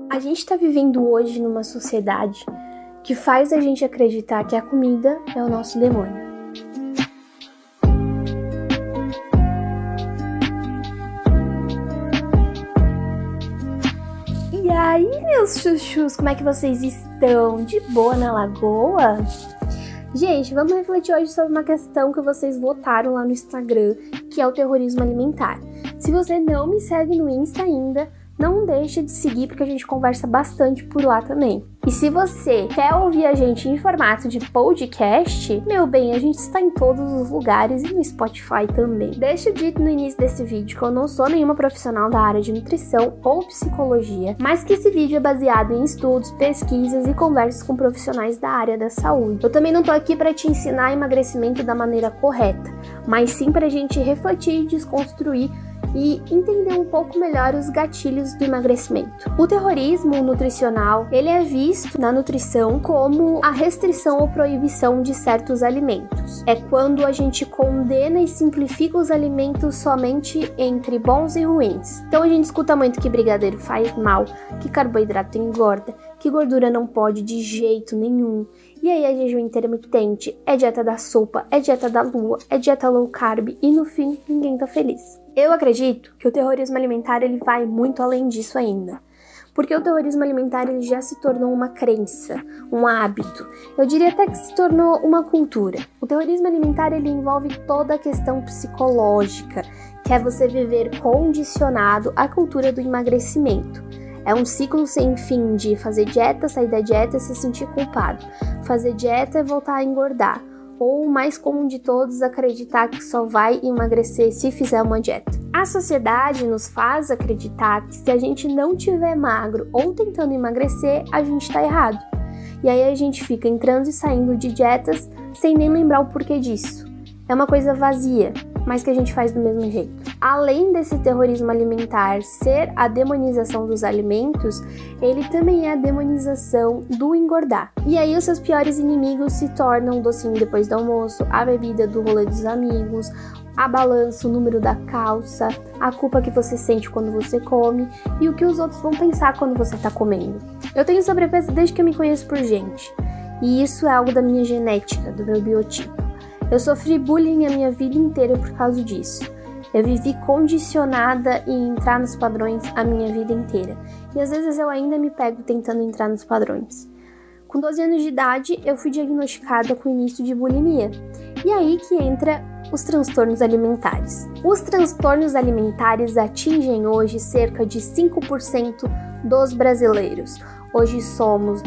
A gente está vivendo hoje numa sociedade que faz a gente acreditar que a comida é o nosso demônio. E aí, meus chuchus, como é que vocês estão? De boa na lagoa? Gente, vamos refletir hoje sobre uma questão que vocês votaram lá no Instagram, que é o terrorismo alimentar. Se você não me segue no Insta ainda, não deixe de seguir, porque a gente conversa bastante por lá também. E se você quer ouvir a gente em formato de podcast, meu bem, a gente está em todos os lugares e no Spotify também. Deixa dito no início desse vídeo que eu não sou nenhuma profissional da área de nutrição ou psicologia, mas que esse vídeo é baseado em estudos, pesquisas e conversas com profissionais da área da saúde. Eu também não tô aqui para te ensinar emagrecimento da maneira correta, mas sim para a gente refletir e desconstruir e entender um pouco melhor os gatilhos do emagrecimento. O terrorismo nutricional, ele é visto na nutrição como a restrição ou proibição de certos alimentos. É quando a gente condena e simplifica os alimentos somente entre bons e ruins. Então a gente escuta muito que brigadeiro faz mal, que carboidrato engorda, que gordura não pode de jeito nenhum. E aí é jejum intermitente, é dieta da sopa, é dieta da lua, é dieta low carb e no fim ninguém tá feliz. Eu acredito que o terrorismo alimentar ele vai muito além disso ainda. Porque o terrorismo alimentar ele já se tornou uma crença, um hábito. Eu diria até que se tornou uma cultura. O terrorismo alimentar ele envolve toda a questão psicológica, que é você viver condicionado à cultura do emagrecimento. É um ciclo sem fim de fazer dieta, sair da dieta e se sentir culpado. Fazer dieta e voltar a engordar. Ou o mais comum de todos, acreditar que só vai emagrecer se fizer uma dieta. A sociedade nos faz acreditar que se a gente não tiver magro ou tentando emagrecer, a gente tá errado. E aí a gente fica entrando e saindo de dietas sem nem lembrar o porquê disso. É uma coisa vazia, mas que a gente faz do mesmo jeito. Além desse terrorismo alimentar ser a demonização dos alimentos, ele também é a demonização do engordar. E aí os seus piores inimigos se tornam o docinho depois do almoço, a bebida do rolê dos amigos, a balança, o número da calça, a culpa que você sente quando você come e o que os outros vão pensar quando você tá comendo. Eu tenho sobrepeso desde que eu me conheço por gente, e isso é algo da minha genética, do meu biotipo. Eu sofri bullying a minha vida inteira por causa disso. Eu vivi condicionada em entrar nos padrões a minha vida inteira. E às vezes eu ainda me pego tentando entrar nos padrões. Com 12 anos de idade, eu fui diagnosticada com início de bulimia. E aí que entra os transtornos alimentares. Os transtornos alimentares atingem hoje cerca de 5% dos brasileiros. Hoje somos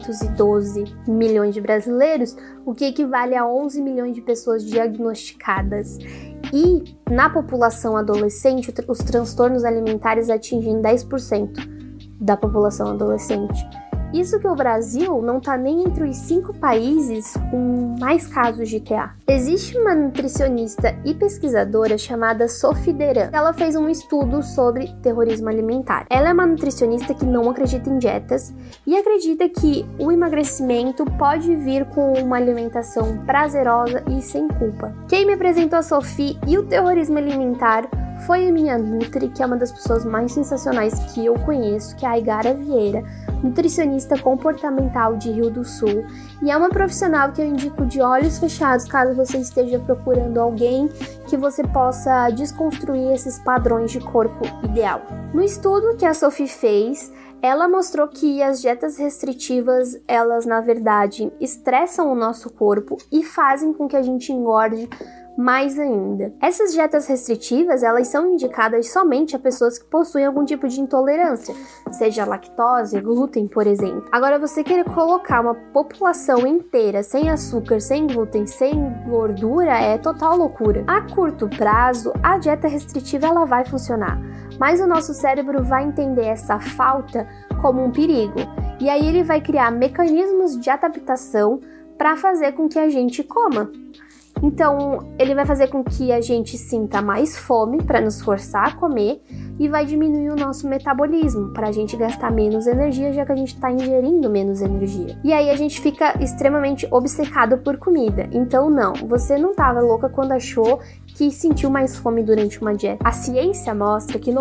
212 milhões de brasileiros, o que equivale a 11 milhões de pessoas diagnosticadas. E na população adolescente, os transtornos alimentares atingem 10% da população adolescente. Isso que o Brasil não está nem entre os 5 países com mais casos de TA. Existe uma nutricionista e pesquisadora chamada Sophie Deran. Ela fez um estudo sobre terrorismo alimentar. Ela é uma nutricionista que não acredita em dietas e acredita que o emagrecimento pode vir com uma alimentação prazerosa e sem culpa. Quem me apresentou a Sophie e o terrorismo alimentar foi a minha Nutri, que é uma das pessoas mais sensacionais que eu conheço, que é a Aigara Vieira, nutricionista comportamental de Rio do Sul, e é uma profissional que eu indico de olhos fechados caso você esteja procurando alguém que você possa desconstruir esses padrões de corpo ideal. No estudo que a Sophie fez, ela mostrou que as dietas restritivas, elas na verdade estressam o nosso corpo e fazem com que a gente engorde mais ainda. Essas dietas restritivas, elas são indicadas somente a pessoas que possuem algum tipo de intolerância, seja lactose, glúten, por exemplo. Agora, você querer colocar uma população inteira sem açúcar, sem glúten, sem gordura é total loucura. A curto prazo, a dieta restritiva ela vai funcionar, mas o nosso cérebro vai entender essa falta como um perigo. E aí ele vai criar mecanismos de adaptação para fazer com que a gente coma. Então, ele vai fazer com que a gente sinta mais fome para nos forçar a comer e vai diminuir o nosso metabolismo para a gente gastar menos energia, já que a gente está ingerindo menos energia. E aí a gente fica extremamente obcecado por comida. Então, não, você não estava louca quando achou que sentiu mais fome durante uma dieta. A ciência mostra que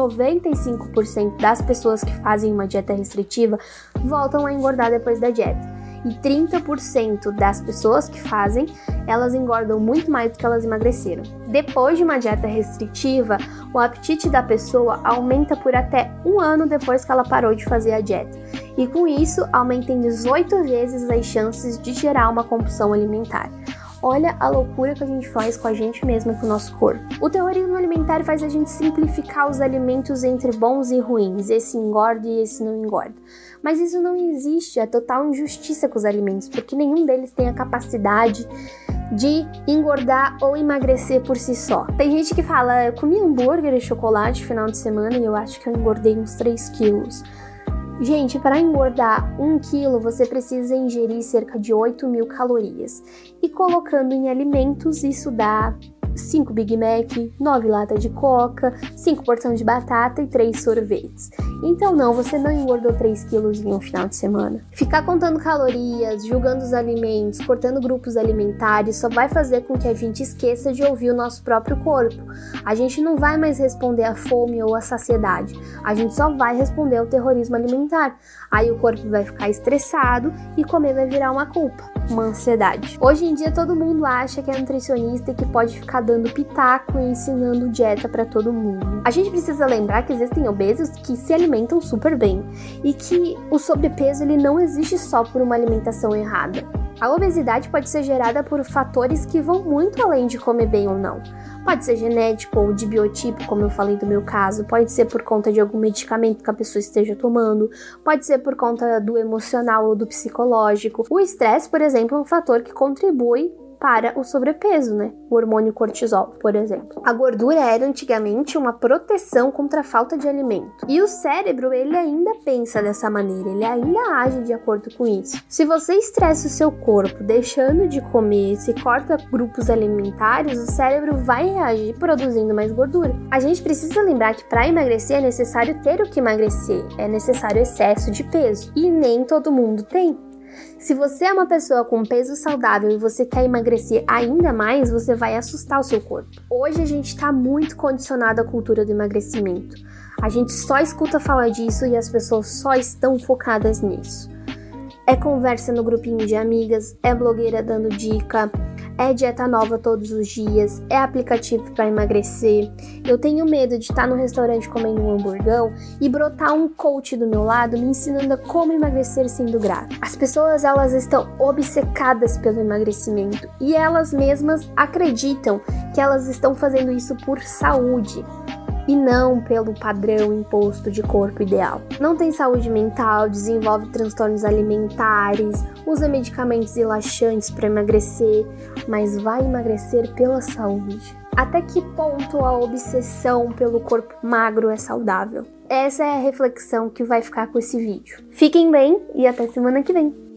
95% das pessoas que fazem uma dieta restritiva voltam a engordar depois da dieta. E 30% das pessoas que fazem, elas engordam muito mais do que elas emagreceram. Depois de uma dieta restritiva, o apetite da pessoa aumenta por até 1 ano depois que ela parou de fazer a dieta. E com isso, aumenta em 18 vezes as chances de gerar uma compulsão alimentar. Olha a loucura que a gente faz com a gente mesma, com o nosso corpo. O terrorismo alimentar faz a gente simplificar os alimentos entre bons e ruins. Esse engorda e esse não engorda. Mas isso não existe, é total injustiça com os alimentos, porque nenhum deles tem a capacidade de engordar ou emagrecer por si só. Tem gente que fala, eu comi hambúrguer e chocolate no final de semana e eu acho que eu engordei uns 3 quilos. Gente, para engordar 1 quilo, você precisa ingerir cerca de 8.000 calorias. E colocando em alimentos, isso dá 5 Big Mac, 9 latas de coca, 5 porções de batata e 3 sorvetes. Então não, você não engordou 3 quilos em um final de semana. Ficar contando calorias, julgando os alimentos, cortando grupos alimentares só vai fazer com que a gente esqueça de ouvir o nosso próprio corpo. A gente não vai mais responder à fome ou à saciedade. A gente só vai responder ao terrorismo alimentar. Aí o corpo vai ficar estressado e comer vai virar uma culpa, uma ansiedade. Hoje em dia todo mundo acha que é nutricionista e que pode ficar dando pitaco e ensinando dieta para todo mundo. A gente precisa lembrar que existem obesos que se alimentam super bem e que o sobrepeso ele não existe só por uma alimentação errada. A obesidade pode ser gerada por fatores que vão muito além de comer bem ou não. Pode ser genético ou de biotipo, como eu falei do meu caso, pode ser por conta de algum medicamento que a pessoa esteja tomando, pode ser por conta do emocional ou do psicológico. O estresse, por exemplo, é um fator que contribui para o sobrepeso, né? O hormônio cortisol, por exemplo. A gordura era antigamente uma proteção contra a falta de alimento. E o cérebro, ele ainda pensa dessa maneira, ele ainda age de acordo com isso. Se você estressa o seu corpo deixando de comer, se corta grupos alimentares, o cérebro vai reagir produzindo mais gordura. A gente precisa lembrar que para emagrecer é necessário ter o que emagrecer, é necessário excesso de peso. E nem todo mundo tem. Se você é uma pessoa com peso saudável e você quer emagrecer ainda mais, você vai assustar o seu corpo. Hoje a gente está muito condicionado à cultura do emagrecimento. A gente só escuta falar disso e as pessoas só estão focadas nisso. É conversa no grupinho de amigas, é blogueira dando dica, é dieta nova todos os dias, é aplicativo para emagrecer. Eu tenho medo de estar no restaurante comendo um hamburgão e brotar um coach do meu lado me ensinando a como emagrecer sendo grávida. As pessoas, elas estão obcecadas pelo emagrecimento e elas mesmas acreditam que elas estão fazendo isso por saúde e não pelo padrão imposto de corpo ideal. Não tem saúde mental, desenvolve transtornos alimentares, usa medicamentos relaxantes para emagrecer, mas vai emagrecer pela saúde. Até que ponto a obsessão pelo corpo magro é saudável? Essa é a reflexão que vai ficar com esse vídeo. Fiquem bem e até semana que vem!